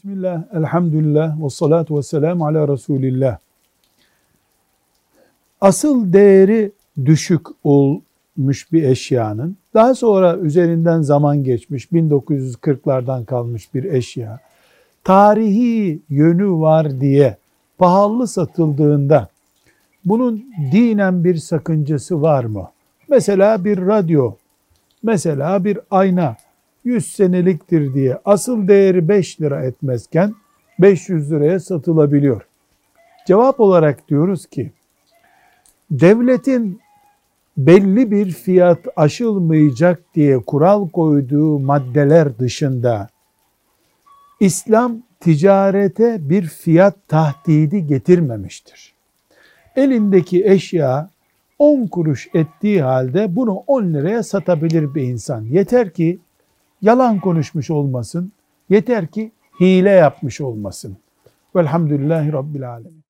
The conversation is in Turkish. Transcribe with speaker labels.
Speaker 1: Bismillah, elhamdülillah, ve salatu ve selamu ala Resulillah. Asıl değeri düşük olmuş bir eşyanın, daha sonra üzerinden zaman geçmiş, 1940'lardan kalmış bir eşya, tarihi yönü var diye pahalı satıldığında, bunun dinen bir sakıncası var mı? Mesela bir radyo, mesela bir ayna, 100 seneliktir diye asıl değeri 5 lira etmezken 500 liraya satılabiliyor. Cevap olarak diyoruz ki, devletin belli bir fiyat aşılmayacak diye kural koyduğu maddeler dışında İslam ticarete bir fiyat tahdidi getirmemiştir. Elindeki eşya 10 kuruş ettiği halde bunu 10 liraya satabilir bir insan. Yeter ki yalan konuşmuş olmasın, yeter ki hile yapmış olmasın. Velhamdülillahi Rabbil Alemin.